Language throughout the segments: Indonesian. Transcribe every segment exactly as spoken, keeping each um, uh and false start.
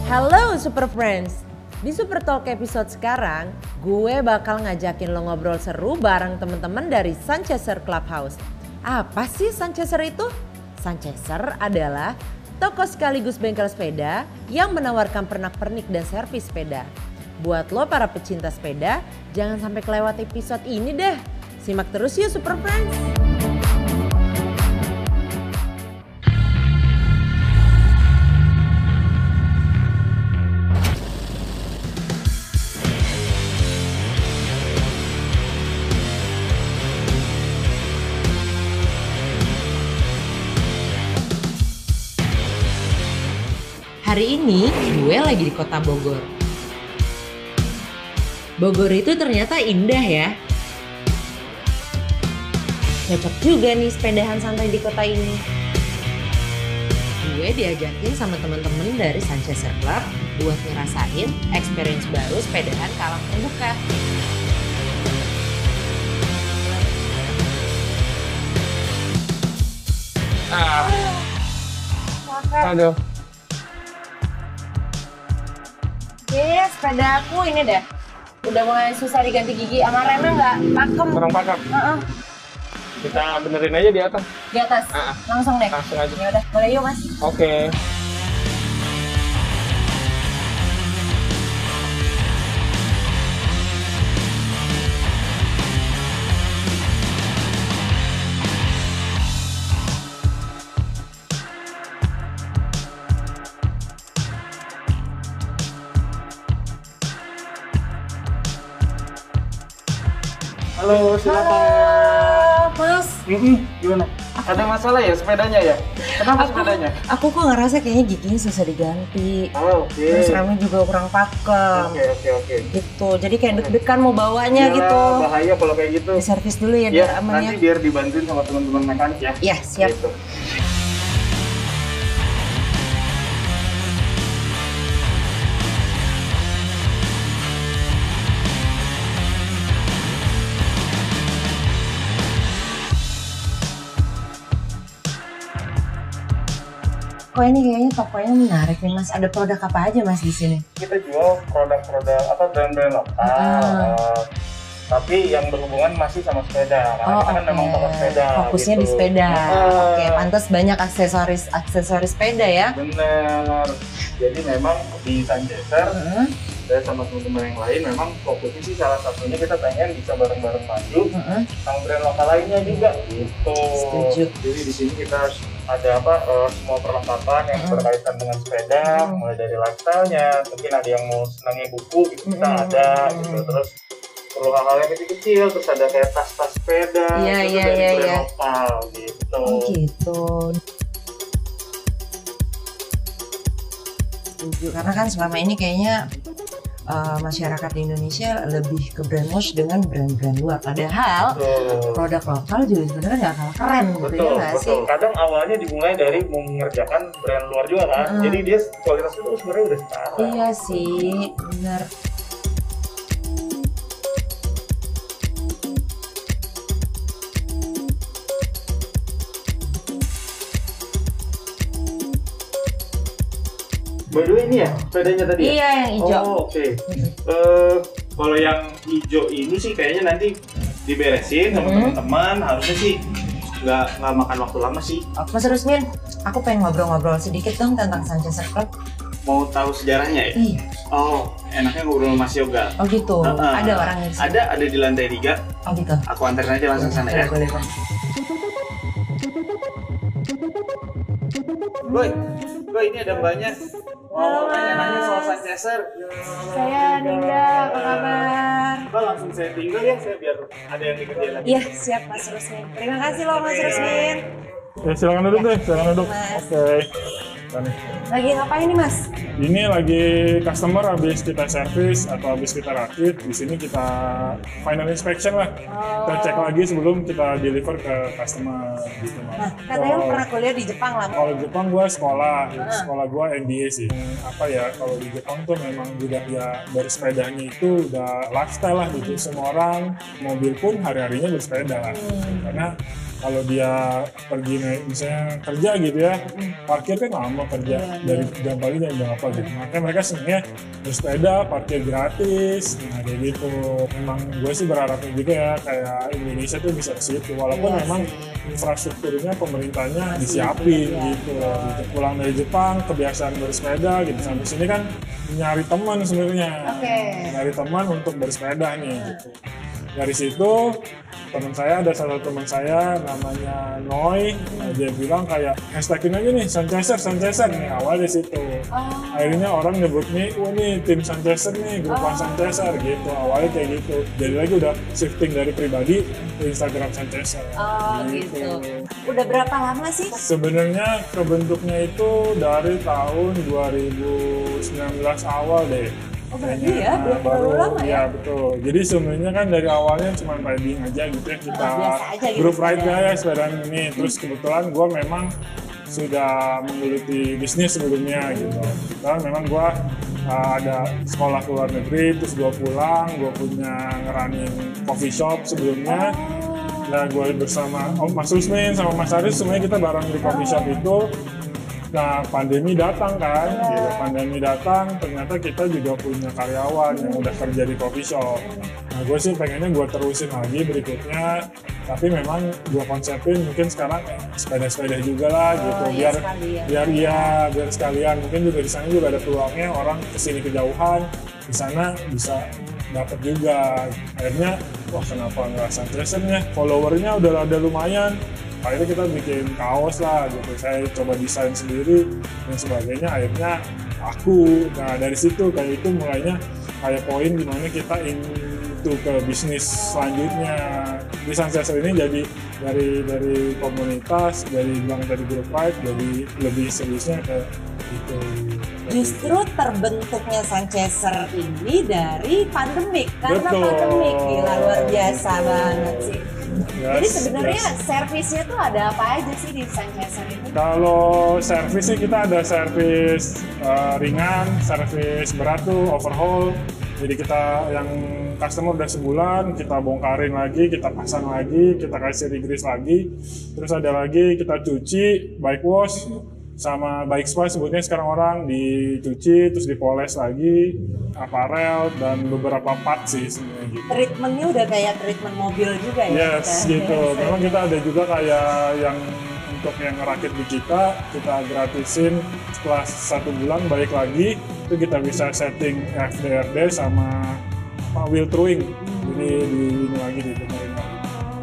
Halo Super Friends, di Super Talk episode sekarang gue bakal ngajakin lo ngobrol seru bareng temen-temen dari Sunchaser Clubhouse. Apa sih Sunchaser itu? Sunchaser adalah toko sekaligus bengkel sepeda yang menawarkan pernak-pernik dan servis sepeda. Buat lo para pecinta sepeda, jangan sampai kelewat episode ini deh. Simak terus yuk Super Friends. Hari ini gue lagi di kota Bogor. Bogor itu ternyata indah ya. Cocok juga nih sepedahan santai di kota ini. Gue diajakin sama temen-temen dari Sunchaser Club buat ngerasain experience baru sepedahan ke alam terbuka. Ah. Aduh. Oke, sepeda aku ini deh. Udah mulai susah diganti gigi sama remnya nggak pakem. Kurang pakem. Uh-uh. Kita benerin aja di atas. Di atas? Uh-uh. Langsung deh? Langsung aja. Ya udah, boleh yuk Mas. Oke. Okay. Halo, silakan. Halo, Mas. Mm-mm, gimana? Ada masalah ya sepedanya ya? Kenapa aku, sepedanya? Aku kok ngerasa kayaknya giginya susah diganti. Oh, oke. Okay. Terus remnya juga kurang pakem. Oke, okay, oke, okay, oke. Okay. Gitu, jadi kayak deg-degan mau bawanya. Yalah, gitu. Bahaya kalau kayak gitu. Di servis dulu ya, ya biar aman ya. Nanti biar dibantuin sama teman-teman mekanik ya. Iya, siap. Gitu. Kok ini kayaknya tokonya menarik nih Mas. Ada produk apa aja Mas di sini? Kita jual produk-produk apa brand-brand lokal. Ah. Uh, tapi yang berhubungan masih sama sepeda. Karena oh, kita kan okay. memang toko sepeda. Fokusnya gitu. di sepeda. Uh, Oke, okay. Pantas banyak aksesoris aksesoris sepeda ya. Bener. Jadi memang di Sunchaser uh-huh. saya sama teman-teman yang lain memang fokusnya sih salah satunya kita pengen bisa bareng-bareng maju uh-huh. sama brand lokal lainnya juga gitu. Setuju. Jadi di sini kita ada apa uh, semua perlengkapan yang uh-huh. berkaitan dengan sepeda, uh-huh. mulai dari lifestyle-nya, mungkin ada yang mau senangnya buku gitu kita uh-huh. ada gitu. Terus perlu hal-hal yang kecil-kecil, terus ada kayak tas-tas sepeda yeah, itu yeah, dari yeah, brand yeah. lokal gitu. Oh gitu. Karena kan selama ini kayaknya uh, masyarakat di Indonesia lebih ke brainwash dengan brand-brand luar. Padahal betul. Produk lokal juga sebenarnya nggak kalah keren gitu betul, ya nggak sih? Kadang awalnya dimulai dari mengerjakan brand luar juga kan. Hmm. Jadi dia kualitas itu sebenarnya udah setara. Iya sih, benar. By the way ini ya sepedanya tadi ya? Iya yang hijau. Oh oke. Okay. Uh, kalau yang hijau ini sih kayaknya nanti diberesin sama hmm. teman-teman. Harusnya sih nggak nggak makan waktu lama sih. Oh, Mas Rusmin, aku pengen ngobrol-ngobrol sedikit dong tentang Sunchaser Club. Mau tahu sejarahnya ya? Iya. Oh enaknya ngobrol Mas Yoga. Oh gitu. Uh, uh, ada orangnya sih. Ada ada di lantai tiga. Oh gitu. Aku anterin aja langsung sana ya. Boleh Mas. Boy, boy ini ada mbaknya. Mau nanya-nanya soal Sunchaser. Saya Ninda, apa kabar? Mbak langsung saya tinggal ya, saya biar ada yang dikerjain lagi. Iya, siap Mas Rusmin. Terima kasih loh Mas Rusmin. Ya silakan duduk deh, silakan duduk. Oke. Okay. Lagi ngapain nih Mas? Ini lagi customer habis kita servis atau habis kita rakit. Di sini kita final inspection lah. Oh. Kita cek lagi sebelum kita deliver ke customer gitu Mas. Nah, katanya so, pernah kuliah di Jepang lah. Kalau di Jepang gua sekolah, uh. sekolah gua M B A sih. Apa ya, kalau di Jepang tuh memang budaya bersepedanya itu udah lifestyle lah gitu. Semua orang mobil pun hari-harinya bersepeda. Hmm. Karena kalau dia pergi naik misalnya kerja gitu ya, parkir kan lama kerja Iya, dari jam pagi jam berapa gitu. Makanya mereka senangnya bersepeda, parkir gratis, nah kayak gitu. Memang gue sih berharapnya juga ya kayak Indonesia tuh bisa ke situ, walaupun Iya memang sih. infrastrukturnya pemerintahnya Masih disiapin iya. gitu. Gitu. Pulang dari Jepang kebiasaan bersepeda gitu, sampai sini kan nyari teman sebenarnya, Oke. nyari teman untuk bersepeda nih gitu. Dari situ teman saya ada salah satu teman saya namanya Noy, nah, dia bilang kayak hashtagin aja nih Sunchaser Sunchaser nih, awal dari situ. Oh. Akhirnya orang nyebut nih, oh nih tim Sunchaser nih, grup Oh. Sunchaser gitu. Awalnya kayak gitu. Jadi lagi udah shifting dari pribadi ke Instagram Sunchaser. Oh gitu. Udah berapa lama sih? Sebenarnya kebentuknya itu dari tahun dua ribu sembilan belas awal deh. Oh berarti Kayaknya, ya, belum terlalu lama ya? Iya betul. Jadi sebenarnya kan dari awalnya cuma riding aja gitu ya, kita Oh, biasa aja gitu grup ride sepeda. ya sepedaan ini. Terus kebetulan gue memang sudah menggeluti bisnis sebelumnya gitu. Dan memang gue uh, ada sekolah ke luar negeri, terus gue pulang, gue punya ngerunning coffee shop sebelumnya. Nah gue bersama Om Mas Rusmin sama Mas Aris semuanya kita bareng di coffee shop itu. Nah pandemi datang kan, gitu. Pandemi datang ternyata kita juga punya karyawan yang udah kerja di coffee shop. Nah gue sih pengennya gue terusin lagi berikutnya, tapi memang gue konsepin mungkin sekarang eh, sepeda-sepeda juga lah gitu, Oh, iya, biar sekalian. biar iya biar sekalian. Mungkin juga di sana juga ada peluangnya orang kesini kejauhan, di sana bisa dapat juga. Akhirnya wah kenapa nggak Sunchaser-nya, followernya udah ada lumayan. Akhirnya kita bikin kaos lah gitu, saya coba desain sendiri dan sebagainya, akhirnya aku. Nah dari situ kayak itu mulainya kayak poin dimana kita into ke bisnis selanjutnya. Di Sunchaser ini jadi dari dari komunitas, dari bilang dari grup ride, jadi lebih seriusnya ke itu. Justru terbentuknya Sunchaser ini dari pandemik, karena Betul. pandemik gila luar biasa banget sih. Yes, Jadi sebenarnya yes. servisnya tuh ada apa aja sih di Sunchaser ini? Kalau servis sih kita ada servis uh, ringan, servis berat tuh overhaul. Jadi kita yang customer udah sebulan, kita bongkarin lagi, kita pasang lagi, kita kasih regrease lagi. Terus ada lagi kita cuci, bike wash, sama bike spa sebutnya sekarang orang, dicuci, terus dipoles lagi, aparel, dan beberapa part sih sebenarnya gitu. Treatmentnya udah kayak treatment mobil juga ya? Yes, kita? gitu. Memang kita ada juga kayak yang untuk yang ngerakit di kita, kita gratisin setelah satu bulan balik lagi, itu kita bisa setting F D R D sama apa, wheel throwing. Jadi di ini lagi dibenerin lagi.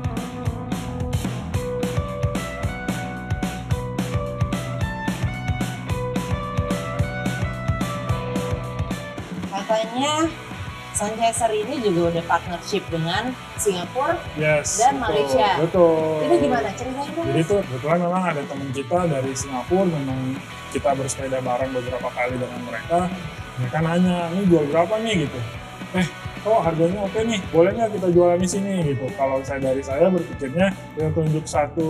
Katanya Sunchaser ini juga udah partnership dengan Singapura Yes, dan betul, Malaysia. Betul. Itu gimana ceritain dong? Jadi tuh kebetulan memang ada teman kita dari Singapura, memang kita bersepeda bareng beberapa kali dengan mereka. Mereka nanya, ini jual berapa nih gitu. Eh, oh harganya oke nih, boleh nggak kita jualan di sini gitu. Kalau saya dari saya berpikirnya, yang tunjuk satu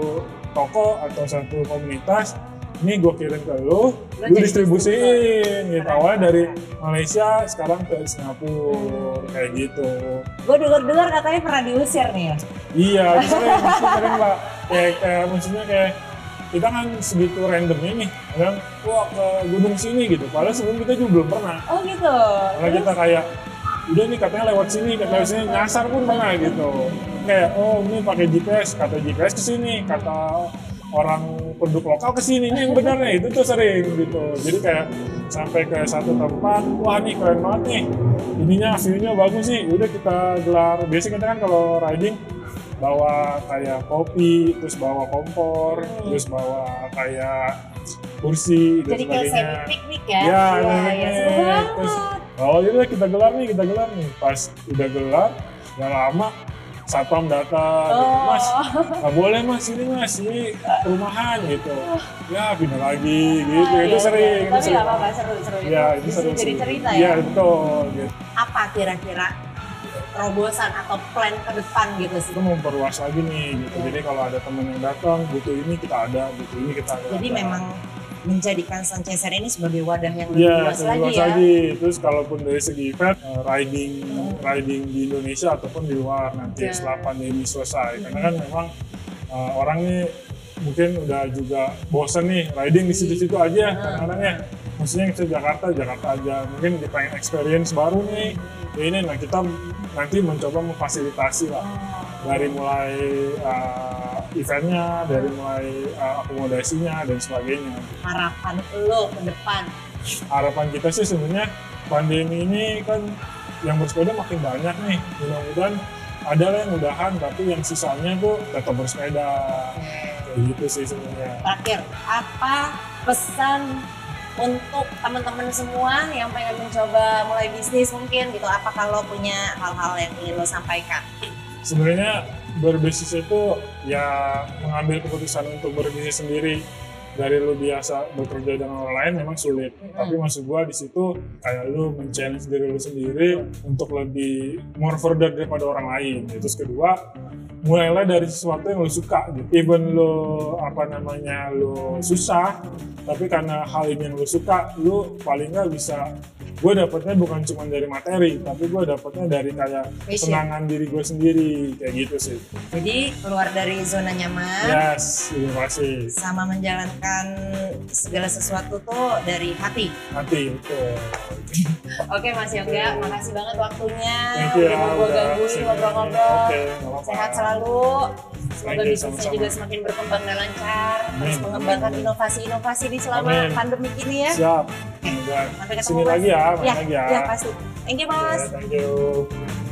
toko atau satu komunitas, ini gue kirim ke lu, Lu lu jadi distribusiin gitu. Keren. Awalnya dari Malaysia, sekarang ke Singapura, kayak gitu. Gue dengar-dengar katanya pernah diusir nih ya? Iya, itu sering, itu sering Mbak. Kayak, kayak maksudnya kayak kita kan segitu randomnya nih, kadang wah ke gunung sini gitu. Padahal sebelum kita juga belum pernah. Oh gitu? Karena kita kayak udah nih katanya lewat sini, katanya lewat sini, nyasar pun pernah gitu. Kayak oh ini pakai G P S, kata G P S ke sini, kata orang penduduk lokal ke sini, ini yang benarnya itu tuh sering gitu. Jadi kayak sampai ke satu tempat, wah nih keren banget nih, ininya view-nya bagus sih. Udah kita gelar. Biasanya kita kan kalau riding bawa kayak kopi, terus bawa kompor, terus bawa kayak kursi dan Jadi kayak sebagainya. semi piknik ya? Ya, Wah, semi ya piknik. seru banget. Terus, oh yaudah kita gelar nih, kita gelar nih. Pas udah gelar, gak lama satpam datang, gitu. Oh. Mas, nggak boleh mas, ini mas, ini perumahan gitu. Ya pindah lagi, gitu. Ah, itu iya, sering. iya. itu Tapi sering. nggak apa-apa, seru-seru. Iya, itu Bisa seru jadi sih. cerita Iya, ya? betul. Gitu. Apa kira-kira terobosan atau plan ke depan gitu sih? Kita mau perluas lagi nih, gitu. Jadi kalau ada temen yang datang, butuh ini kita ada, butuh ini kita ada. Jadi memang menjadikan Sunchaser ini sebagai wadah yang lebih Iya, luas lebih lagi luas ya? lagi. Terus kalaupun dari segi event, eh, riding riding di Indonesia ataupun di luar nanti Iya. setelah pandemi selesai. Karena kan memang uh, orang nih mungkin udah juga bosen nih riding di situ-situ aja kadang-kadang ya. Maksudnya ke Jakarta, Jakarta aja. Mungkin kita pengen experience baru nih. Ya ini, nah kita nanti mencoba memfasilitasi lah. Dari mulai uh, eventnya, dari mulai uh, akomodasinya dan sebagainya. Harapan lo ke depan? Harapan kita sih sebenarnya pandemi ini kan yang bersepeda makin banyak nih. Mudah-mudahan ada lah yang udahan, tapi yang sisanya tuh tetap bersepeda. Kayak gitu sih sebenarnya. Terakhir, apa pesan untuk teman-teman semua yang pengen mencoba mulai bisnis mungkin gitu? Apa kalau punya hal-hal yang ingin lo sampaikan? Sebenarnya berbisnis itu ya mengambil keputusan untuk berbisnis sendiri. Dari lu biasa bekerja dengan orang lain memang sulit, mm-hmm. tapi maksud gua di situ kayak lu men-challenge diri lu sendiri untuk lebih more further daripada orang lain. Terus kedua, mulailah dari sesuatu yang lu suka gitu. Even lu apa namanya lu susah, tapi karena hal ini yang lu suka, lu paling nggak bisa. Gue dapetnya bukan cuma dari materi, tapi gue dapetnya dari kayak kesenangan diri gue sendiri, kayak gitu sih. Jadi keluar dari zona nyaman. Yes, inovasi. Sama menjalankan segala sesuatu tuh dari hati. Hati, betul. Oke Mas Yoga, makasih banget waktunya. Thank you, udah mau gue gangguin ngobrol-ngobrol. Okay, sehat selalu. Semoga bisnisnya juga semakin berkembang dan lancar. Terus mengembangkan inovasi-inovasi di selama pandemi ini ya. Siap. Sampai ketemu Sini lagi ya, main ya, lagi ya. Ya pasti. Thank you Mas. Yeah, thank you.